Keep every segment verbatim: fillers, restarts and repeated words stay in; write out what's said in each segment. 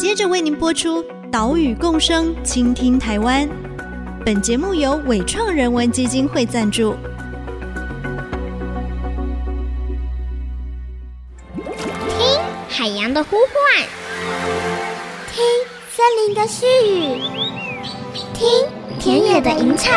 接着为您播出岛屿共生，倾听台湾。本节目由伟创人文基金会赞助。 听海洋的呼唤，听森林的絮语，听田野的吟唱，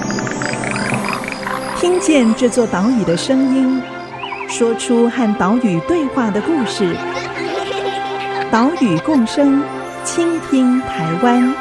听见这座岛屿的声音，说出和岛屿对话的故事。岛屿共生，倾听台湾。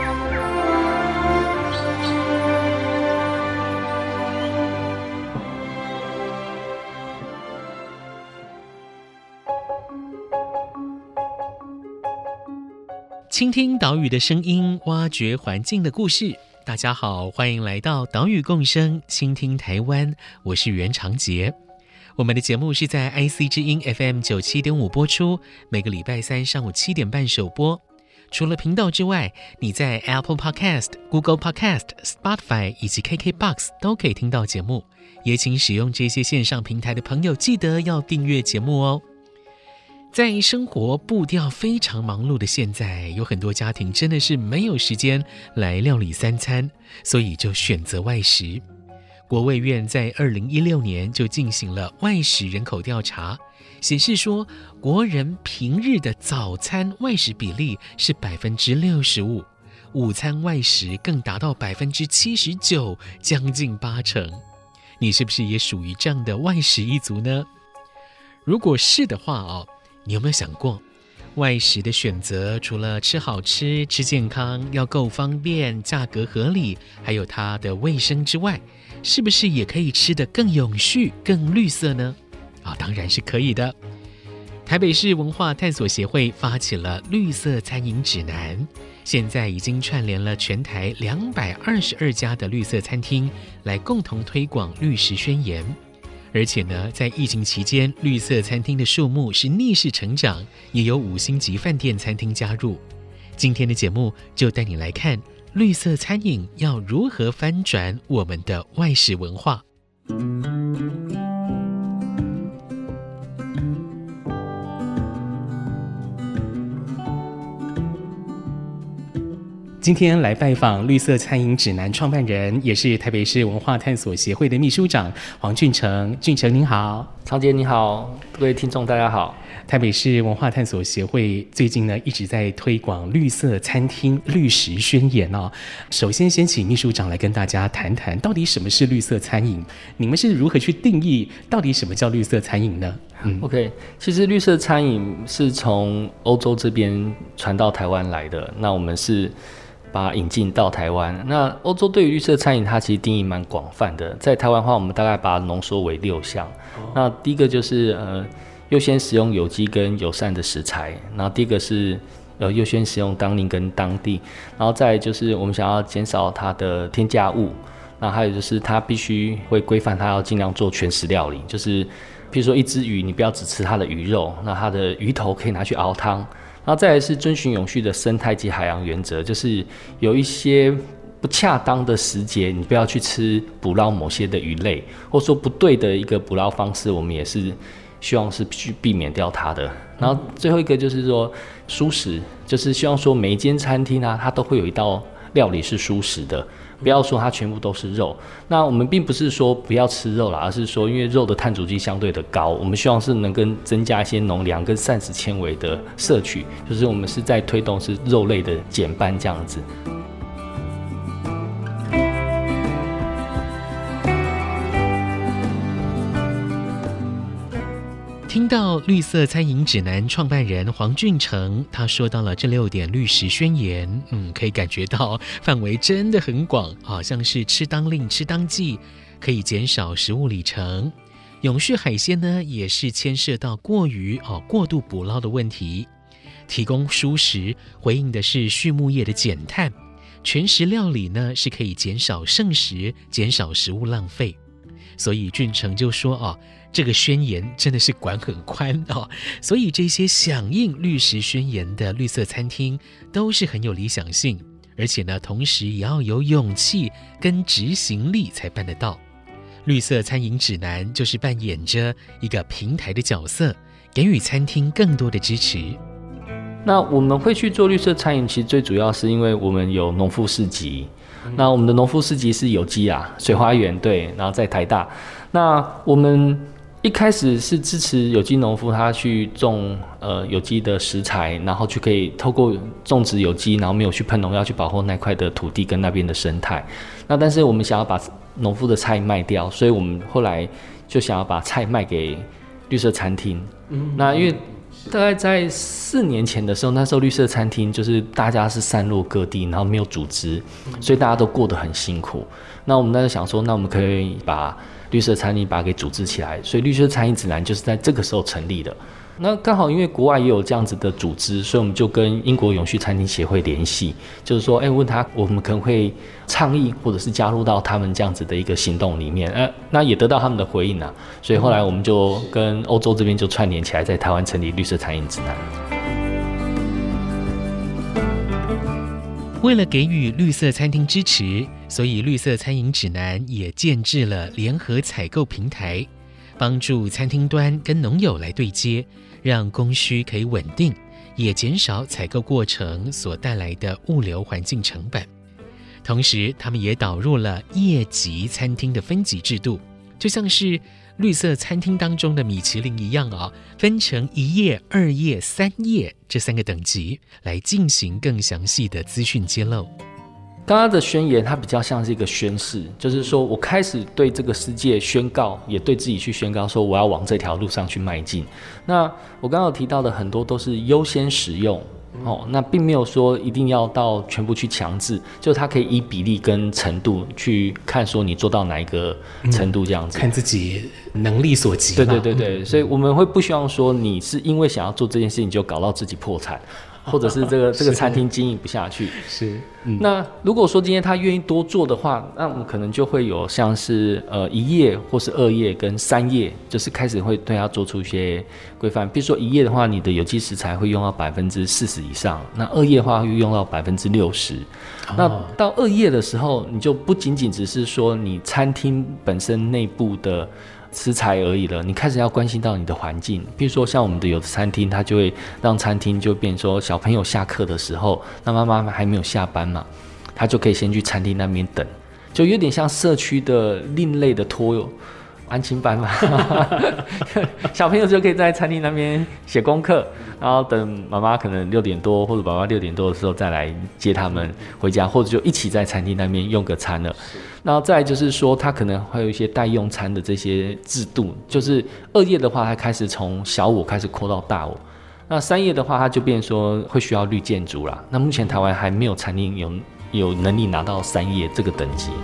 倾听岛屿的声音，挖掘环境的故事。大家好，欢迎来到岛屿共生，倾听台湾，我是袁长杰。我们的节目是在 I C 之音 F M 九十七点五 播出，每个礼拜三上午七点半首播。除了频道之外，你在 Apple Podcast、Google Podcast、Spotify 以及 K K Box 都可以听到节目。也请使用这些线上平台的朋友记得要订阅节目哦。在生活步调非常忙碌的现在，有很多家庭真的是没有时间来料理三餐，所以就选择外食。国卫院在二零一六年就进行了外食人口调查，显示说国人平日的早餐外食比例是百分之六十五，午餐外食更达到百分之七十九，将近八成。你是不是也属于这样的外食一族呢？如果是的话哦，你有没有想过，外食的选择除了吃好吃、吃健康，要够方便、价格合理，还有它的卫生之外，是不是也可以吃得更永续、更绿色呢？啊，当然是可以的。台北市文化探索协会发起了绿色餐饮指南，现在已经串联了全台两百二十二家的绿色餐厅，来共同推广绿食宣言。而且呢，在疫情期间，绿色餐厅的数目是逆势成长，也有五星级饭店餐厅加入。今天的节目就带你来看绿色餐饮要如何翻转我们的外食文化。今天来拜访绿色餐饮指南创办人，也是台北市文化探索协会的秘书长黄俊成。俊成您好。 长杰你好，各位听众大家好。 台北市文化探索协会最近呢一直在推广绿色餐厅绿食宣言哦。首先先请秘书长来跟大家谈谈，到底什么是绿色餐饮？你们是如何去定义到底什么叫绿色餐饮呢？ 嗯、OK， 其实绿色餐饮是从欧洲这边传到台湾来的，那我们是把它引进到台湾。那欧洲对于绿色餐饮它其实定义蛮广泛的，在台湾的话我们大概把它浓缩为六项、哦、那第一个就是呃优先使用有机跟友善的食材，然后第一个是呃优先使用当令跟当地，然后再来就是我们想要减少它的添加物，那还有就是它必须会规范它要尽量做全食料理，就是譬如说一只鱼你不要只吃它的鱼肉，那它的鱼头可以拿去熬汤。然后再来是遵循永续的生态及海洋原则，就是有一些不恰当的时节你不要去吃捕捞某些的鱼类，或者说不对的一个捕捞方式，我们也是希望是去避免掉它的。然后最后一个就是说蔬食，就是希望说每一间餐厅啊它都会有一道料理是蔬食的，不要说它全部都是肉。那我们并不是说不要吃肉啦，而是说因为肉的碳足迹相对的高，我们希望是能跟增加一些农粮跟膳食纤维的摄取，就是我们是在推动是肉类的减半这样子。 听到绿色餐饮指南创办人黄俊成，他说到了这六点绿食宣言，嗯，可以感觉到范围真的很广，好像是吃当令吃当季，可以减少食物里程。永续海鲜呢，也是牵涉到过于哦过度捕捞的问题。提供蔬食，回应的是畜牧业的减碳。全食料理呢，是可以减少剩食，减少食物浪费。所以俊成就说哦，这个宣言真的是管很宽哦，所以这些响应绿食宣言的绿色餐厅都是很有理想性，而且呢，同时也要有勇气跟执行力才办得到。绿色餐饮指南就是扮演着一个平台的角色，给予餐厅更多的支持。 那我们会去做绿色餐饮，其实最主要是因为我们有农副市集。那我们的农副市集是有机啊，水花园对，然后在台大。那我们一开始是支持有机农夫，他去种呃有机的食材，然后去可以透过种植有机，然后没有去喷农药，去保护那块的土地跟那边的生态。那但是我们想要把农夫的菜卖掉，所以我们后来就想要把菜卖给绿色餐厅。嗯，那因为大概在四年前的时候，那时候绿色餐厅就是大家是散落各地，然后没有组织，所以大家都过得很辛苦。那我们那时候想说，那我们可以把绿色餐饮把它给组织起来，所以绿色餐饮指南就是在这个时候成立的。那刚好因为国外也有这样子的组织，所以我们就跟英国永续餐厅协会联系，就是说，哎、欸，问他我们可能会倡议或者是加入到他们这样子的一个行动里面，呃，那也得到他们的回应啊。所以后来我们就跟欧洲这边就串联起来，在台湾成立绿色餐饮指南。 为了给予绿色餐厅支持，所以绿色餐饮指南也建制了联合采购平台，帮助餐厅端跟农友来对接，让供需可以稳定，也减少采购过程所带来的物流环境成本。同时他们也导入了业级餐厅的分级制度，就像是绿色餐厅当中的米其林一样啊、哦，分成一页、二页、三页这三个等级，来进行更详细的资讯揭露。 刚刚的宣言它比较像是一个宣誓，就是说我开始对这个世界宣告，也对自己去宣告说我要往这条路上去迈进。那我刚刚有提到的很多都是优先使用哦，那并没有说一定要到全部去强制，就它可以依比例跟程度去看说你做到哪一个程度这样子， 嗯、看自己能力所及。 对对对对、嗯，所以我们会不希望说你是因为想要做这件事情就搞到自己破产。或者是这个这个餐厅经营不下去， 是。 嗯、那如果说今天他愿意多做的话，那我们可能就会有像是呃一页或是二页跟三页，就是开始会对他做出一些规范。比如说一页的话，你的有机食材会用到百分之四十以上；那二页的话会用到百分之六十。那到二页的时候，你就不仅仅只是说你餐厅本身内部的食材而已了，你开始要关心到你的环境。比如说像我们的有的餐厅，它就会让餐厅就变成说小朋友下课的时候，那妈妈还没有下班嘛，他就可以先去餐厅那边等，就有点像社区的另类的托安亲班嘛小朋友就可以在餐厅那边写功课，然后等妈妈可能六点多或者爸爸六点多的时候再来接他们回家，或者就一起在餐厅那边用个餐了。然后再来就是说他可能会有一些代用餐的这些制度，就是二页的话它开始从小我开始扩到大我，那三页的话它就变成说会需要绿建筑啦。那目前台湾还没有餐厅有有能力拿到三页这个等级，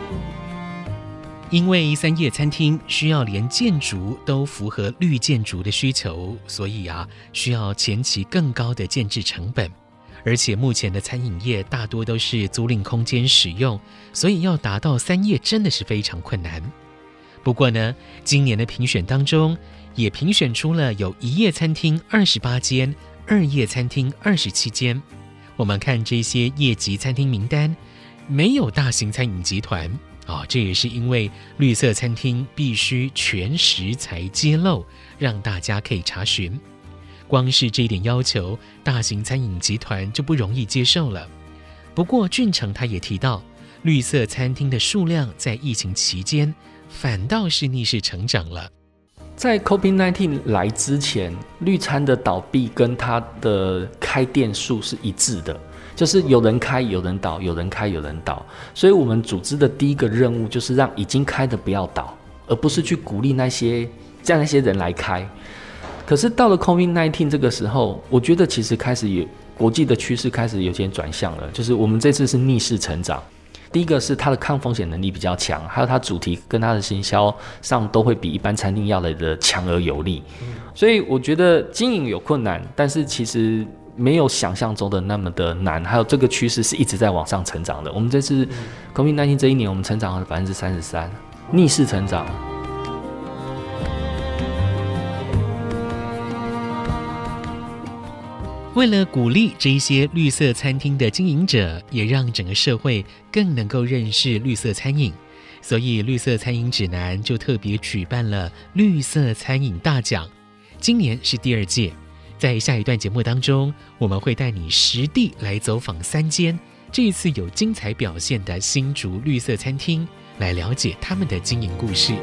因为三页餐厅需要连建筑都符合绿建筑的需求，所以啊需要前期更高的建制成本。而且目前的餐饮业大多都是租赁空间使用，所以要达到三页真的是非常困难。不过呢，今年的评选当中也评选出了有一页餐厅二十八间，二页餐厅二十七间。我们看这些业级餐厅名单，没有大型餐饮集团啊、哦，这也是因为绿色餐厅必须全食材揭露，让大家可以查询。光是这一点要求，大型餐饮集团就不容易接受了。不过俊成他也提到，绿色餐厅的数量在疫情期间反倒是逆势成长了。 在 COVID 十九 来之前，绿餐的倒闭跟它的开店数是一致的，就是有人开有人倒，有人开有人倒。所以我们组织的第一个任务就是让已经开的不要倒，而不是去鼓励那些让那些人来开。可是到了 COVID 十九 这个时候，我觉得其实开始有国际的趋势开始有点转向了，就是我们这次是逆势成长。第一个是它的抗风险能力比较强，还有它主题跟它的行销上都会比一般餐厅要来的强而有力。所以我觉得经营有困难，但是其实没有想象中的那么的难，还有这个趋势是一直在往上成长的。我们这次 COVID 十九 这一年，我们成长了百分之三十三，逆势成长。 为了鼓励这一些绿色餐厅的经营者，也让整个社会更能够认识绿色餐饮，所以绿色餐饮指南就特别举办了绿色餐饮大奖。今年是第二届， 在下一段节目当中，我们会带你实地来走访三间这一次有精彩表现的新竹绿色餐厅，来了解他们的经营故事。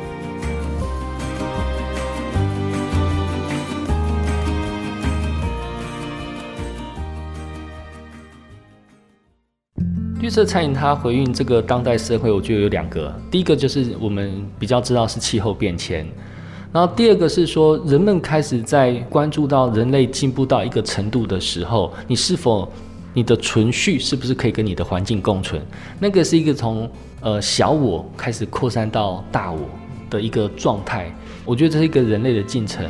绿色餐饮它回应这个当代社会，我觉得有两个，第一个就是我们比较知道是气候变迁，然后第二个是说人们开始在关注到人类进步到一个程度的时候，你是否你的存续是不是可以跟你的环境共存，那个是一个从呃小我开始扩散到大我的一个状态，我觉得这是一个人类的进程。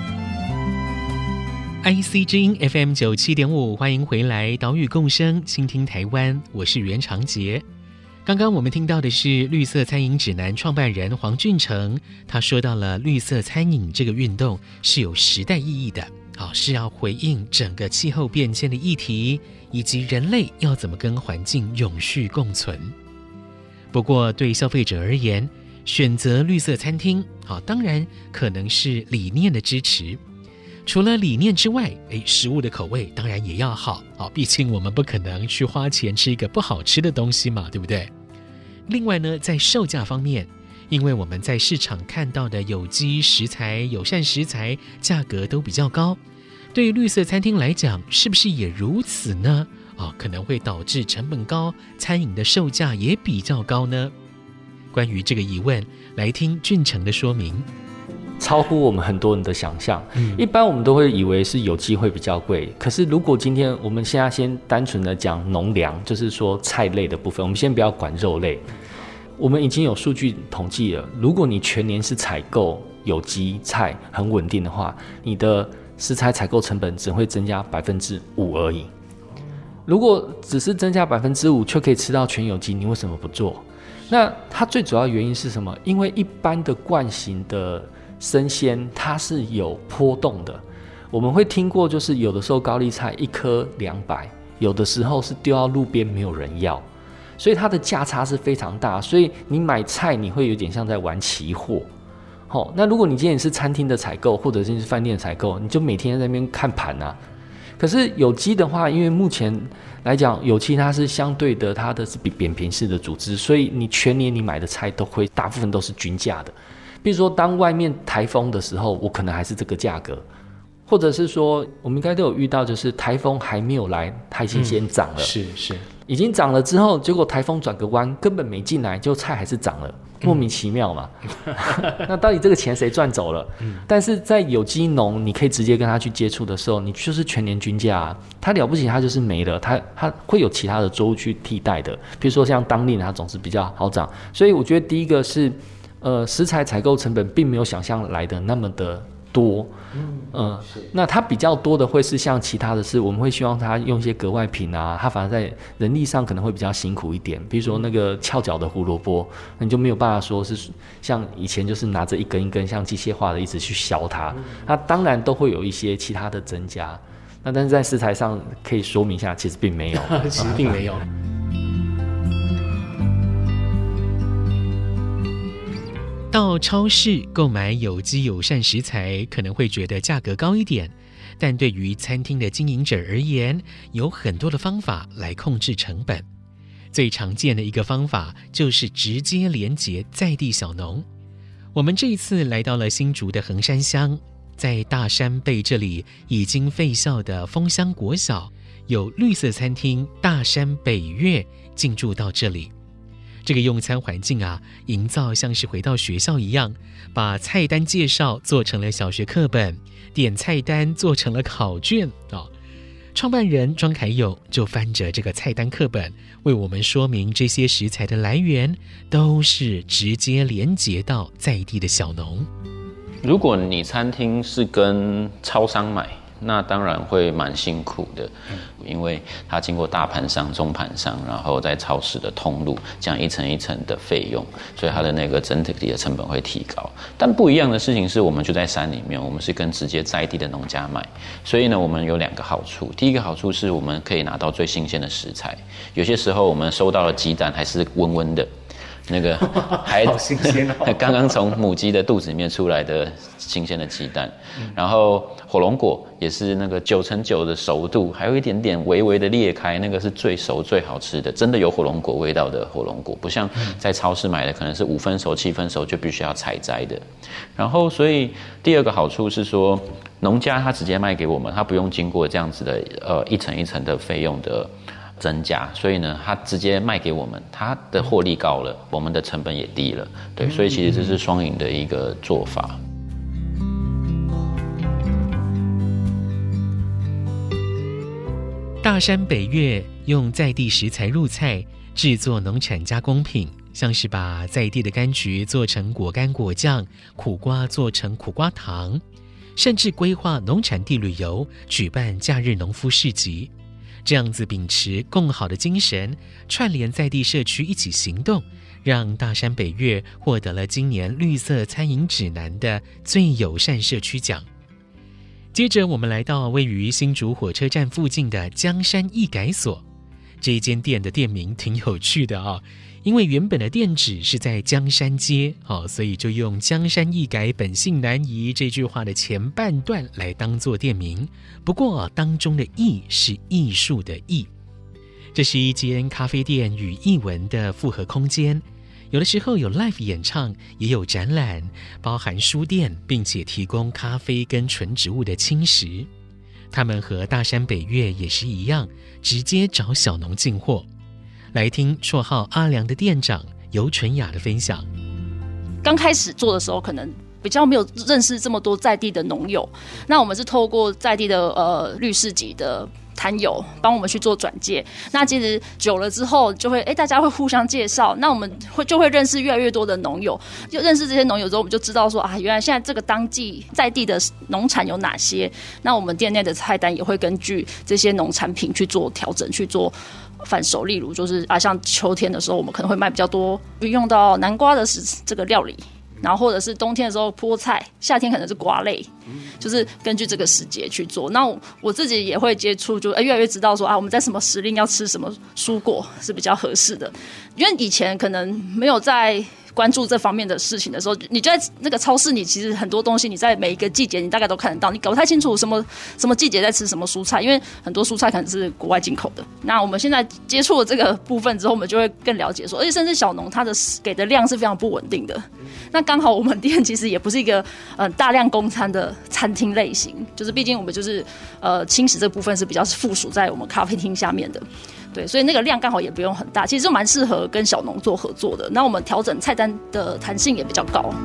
I C 之音 F M 九七点五，欢迎回来，岛屿共生，倾听台湾，我是袁长杰。刚刚我们听到的是绿色餐饮指南创办人黄俊成，他说到了绿色餐饮这个运动是有时代意义的，好，是要回应整个气候变迁的议题，以及人类要怎么跟环境永续共存。不过对消费者而言，选择绿色餐厅，好，当然可能是理念的支持。除了理念之外，诶，食物的口味当然也要好，好，毕竟我们不可能去花钱吃一个不好吃的东西嘛，对不对？另外呢，在售价方面，因为我们在市场看到的有机食材、友善食材价格都比较高，对于绿色餐厅来讲，是不是也如此呢？哦，可能会导致成本高，餐饮的售价也比较高呢？关于这个疑问，来听俊成的说明。 超乎我们很多人的想象、嗯、一般我们都会以为是有机会比较贵，可是如果今天我们现在先单纯的讲农粮，就是说菜类的部分，我们先不要管肉类，我们已经有数据统计了，如果你全年是采购有机菜很稳定的话，你的食材采购成本只会增加百分之五而已。如果只是增加百分之五就可以吃到全有机，你为什么不做？那它最主要原因是什么？因为一般的惯性的生鲜它是有波动的，我们会听过，就是有的时候高丽菜一颗两百，有的时候是丢到路边没有人要，所以它的价差是非常大，所以你买菜你会有点像在玩期货。哦，那如果你今天是餐厅的采购，或者是饭店的采购，你就每天在那边看盘啊。可是有机的话，因为目前来讲，有机它是相对的，它的是比扁平式的组织，所以你全年你买的菜都会大部分都是均价的。比如说，当外面台风的时候，我可能还是这个价格，或者是说，我们应该都有遇到，就是台风还没有来，它已经先涨了，嗯、是是，已经涨了之后，结果台风转个弯，根本没进来，就菜还是涨了，莫名其妙嘛。嗯、那到底这个钱谁赚走了？嗯、但是在有机农，你可以直接跟他去接触的时候，你就是全年均价、啊，它了不起，它就是没了，它它会有其他的作物去替代的，比如说像当令，它总是比较好涨，所以我觉得第一个是。呃，食材采购成本并没有想象来的那么的多，嗯，呃、那它比较多的会是像其他的是，我们会希望它用一些格外品啊，它反而在人力上可能会比较辛苦一点，比如说那个翘脚的胡萝卜，你就没有办法说是像以前就是拿着一根一根像机械化的一直去削它，它当然都会有一些其他的增加，那但是在食材上可以说明一下，其实并没有， 其实并没有。到超市购买有机友善食材可能会觉得价格高一点，但对于餐厅的经营者而言，有很多的方法来控制成本。最常见的一个方法就是直接连结在地小农。我们这一次来到了新竹的横山乡，在大山背这里已经废校的枫香国小，有绿色餐厅大山北月进驻到这里。这个用餐环境啊，营造像是回到学校一样，把菜单介绍做成了小学课本，点菜单做成了考卷哦。创办人庄凯友就翻着这个菜单课本，为我们说明这些食材的来源都是直接连结到在地的小农。 如果你餐厅是跟超商买，那当然会蛮辛苦的，因为它经过大盘商、中盘商，然后在超市的通路，这样一层一层的费用，所以它的那个整体的成本会提高。但不一样的事情是，我们就在山里面，我们是跟直接在地的农家买，所以呢，我们有两个好处。第一个好处是我们可以拿到最新鲜的食材，有些时候我们收到的鸡蛋还是温温的。 那个还好新鲜哦， 刚刚从母鸡的肚子里面出来的新鲜的鸡蛋，然后火龙果也是那个九成九的熟度，还有一点点微微的裂开，那个是最熟最好吃的，真的有火龙果味道的火龙果，不像在超市买的可能是五分熟七分熟就必须要采摘的。然后所以第二个好处是说，农家他直接卖给我们，他不用经过这样子的呃一层一层的费用的增加，所以呢，他直接卖给我们，他的获利高了，我们的成本也低了，对，所以其实这是双赢的一个做法。 大山北岳用在地食材入菜，制作农产加工品，像是把在地的柑橘做成果干果酱，苦瓜做成苦瓜糖，甚至规划农产地旅游，举办假日农夫市集。这样子秉持共好的精神，串联在地社区一起行动，让大山北岳获得了今年绿色餐饮指南的最友善社区奖。接着我们来到位于新竹火车站附近的江山艺改所，这一间店的店名挺有趣的啊、哦，因为原本的店址是在江山街，哦，所以就用江山艺改本性难移这句话的前半段来当做店名。不过当中的艺是艺术的艺。这是一间咖啡店与艺文的复合空间，有的时候有 live 演唱，也有展览，包含书店，并且提供咖啡跟纯植物的轻食。他们和大山北岳也是一样，直接找小农进货。来听绰号阿良的店长尤纯雅的分享。 刚开始做的时候，可能比较没有认识这么多在地的农友，那我们是透过在地的呃绿市集的摊友帮我们去做转介，那其实久了之后就会哎，大家会互相介绍，那我们会就会认识越来越多的农友，就认识这些农友之后，我们就知道说啊，原来现在这个当季在地的农产有哪些，那我们店内的菜单也会根据这些农产品去做调整，去做贩售。例如就是啊，像秋天的时候，我们可能会卖比较多运用到南瓜的这个料理。然后或者是冬天的时候菠菜，夏天可能是瓜类，就是根据这个时节去做。那 我, 我自己也会接触，就越来越知道说啊，我们在什么时令要吃什么蔬果是比较合适的。因为以前可能没有在关注这方面的事情的时候，你就在那个超市，你其实很多东西你在每一个季节你大概都看得到，你搞不太清楚什么什么季节在吃什么蔬菜，因为很多蔬菜可能是国外进口的。那我们现在接触了这个部分之后，我们就会更了解说，而且甚至小农它的给的量是非常不稳定的。那刚好我们店其实也不是一个呃大量供餐的餐厅类型，就是毕竟我们就是呃轻食这部分是比较附属在我们咖啡厅下面的。对，所以那个量刚好也不用很大，其实就蛮适合跟小农做合作的。那我们调整菜单的弹性也比较高。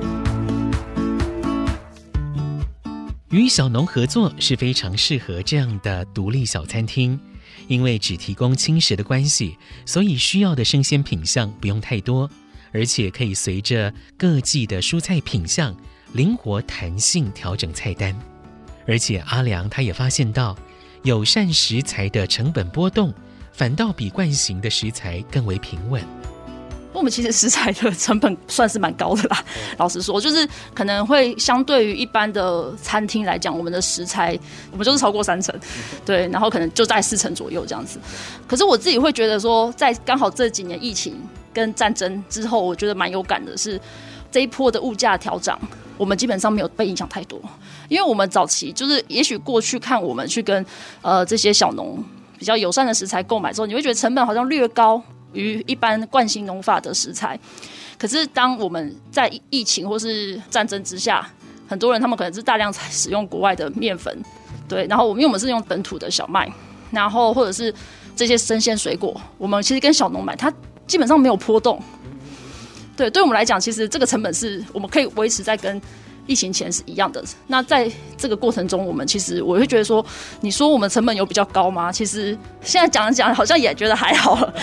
与小农合作是非常适合这样的独立小餐厅，因为只提供轻食的关系，所以需要的生鲜品项不用太多，而且可以随着各季的蔬菜品项灵活弹性调整菜单。而且阿良他也发现到，友善食材的成本波动反倒比惯行的食材更为平稳。 我们其实食材的成本算是蛮高的啦，老实说，就是可能会相对于一般的餐厅来讲，我们的食材我们就是超过三成，对，然后可能就在四成左右这样子。可是我自己会觉得说，在刚好这几年疫情跟战争之后，我觉得蛮有感的是这一波的物价调涨，我们基本上没有被影响太多，因为我们早期就是也许过去看我们去跟呃这些小农比较友善的食材购买之后，你会觉得成本好像略高于一般惯行农法的食材。可是当我们在疫情或是战争之下，很多人他们可能是大量使用国外的面粉，对，然后我们因为我们是用本土的小麦，然后或者是这些生鲜水果，我们其实跟小农买，它基本上没有波动。对，对我们来讲，其实这个成本是我们可以维持在跟疫情前是一样的。那在这个过程中，我们其实我会觉得说，你说我们成本有比较高吗？其实现在讲一讲，好像也觉得还好了。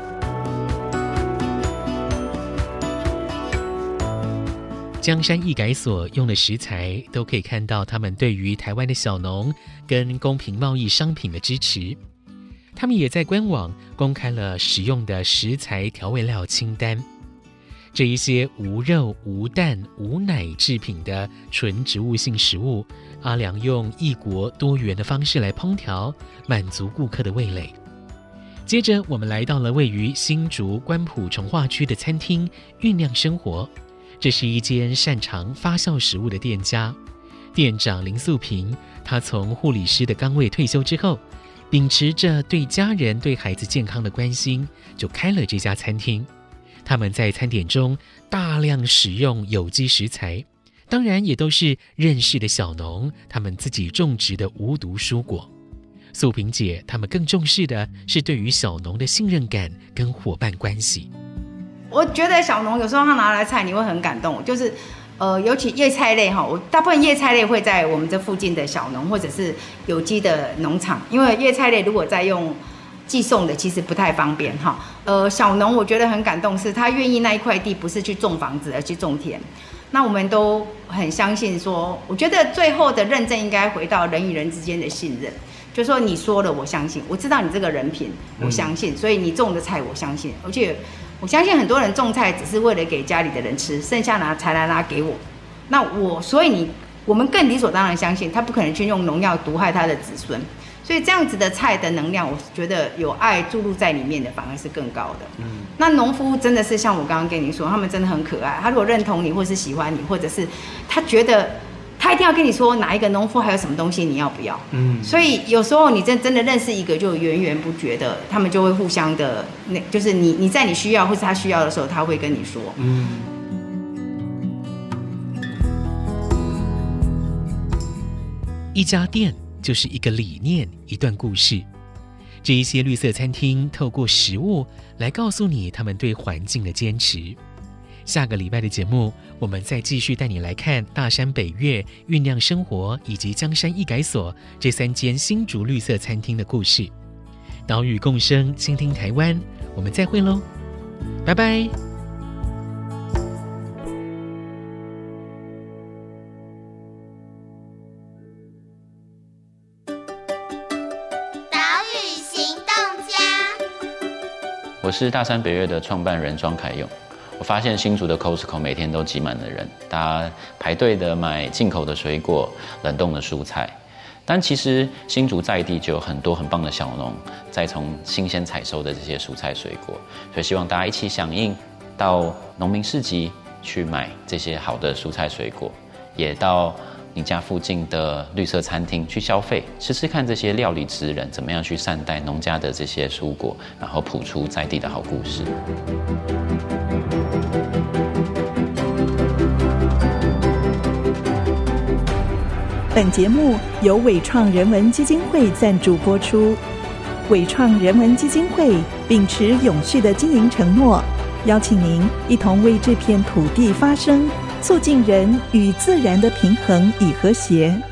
江山艺改所用的食材都可以看到他们对于台湾的小农跟公平贸易商品的支持。他们也在官网公开了使用的食材调味料清单。这一些无肉、无蛋、无奶制品的纯植物性食物，阿良用异国多元的方式来烹调，满足顾客的味蕾。 接着我们来到了位于新竹关埔重划区的餐厅酝酿生活，这是一间擅长发酵食物的店家。店长林素萍，她从护理师的岗位退休之后，秉持着对家人对孩子健康的关心，就开了这家餐厅。他们在餐点中大量使用有机食材，当然也都是认识的小农他们自己种植的无毒蔬果。素萍姐他们更重视的是对于小农的信任感跟伙伴关系。 我觉得小农有时候他拿来菜你会很感动，就是呃，尤其叶菜类哈，我大部分叶菜类会在我们这附近的小农或者是有机的农场，因为叶菜类如果再用寄送的其实不太方便哈。呃，小农我觉得很感动，是他愿意那一块地不是去种房子而去种田。那我们都很相信说，我觉得最后的认证应该回到人与人之间的信任。就说你说了我相信，我知道你这个人品我相信，所以你种的菜我相信，而且我相信很多人种菜只是为了给家里的人吃，剩下拿才来拿给我。那我所以你我们更理所当然相信他不可能去用农药毒害他的子孙，所以这样子的菜的能量，我觉得有爱注入在里面的反而是更高的。嗯，那农夫真的是像我刚刚跟你说，他们真的很可爱。他如果认同你，或是喜欢你，或者是他觉得他一定要跟你说哪一个农夫还有什么东西你要不要。嗯，所以有时候你真真的认识一个就源源不绝的，他们就会互相的，那就是你你在你需要或是他需要的时候，他会跟你说。嗯。 一家店就是一个理念，一段故事。这一些绿色餐厅透过食物来告诉你他们对环境的坚持。下个礼拜的节目，我们再继续带你来看大山北月、酝酿生活以及江山艺改所这三间新竹绿色餐厅的故事。岛屿共生，倾听台湾，我们再会喽，拜拜。 我是大山北月的创办人庄凯勇。我发现新竹的 Costco 每天都挤满了人，大家排队的买进口的水果、冷冻的蔬菜。但其实新竹在地就有很多很棒的小农，在从新鲜采收的这些蔬菜水果，所以希望大家一起响应，到农民市集去买这些好的蔬菜水果，也到你家附近的绿色餐厅去消费，吃吃看这些料理职人怎么样去善待农家的这些蔬果，然后谱出在地的好故事。 本节目由伟创人文基金会赞助播出。伟创人文基金会秉持永续的经营承诺，邀请您一同为这片土地发声，促进人与自然的平衡与和谐。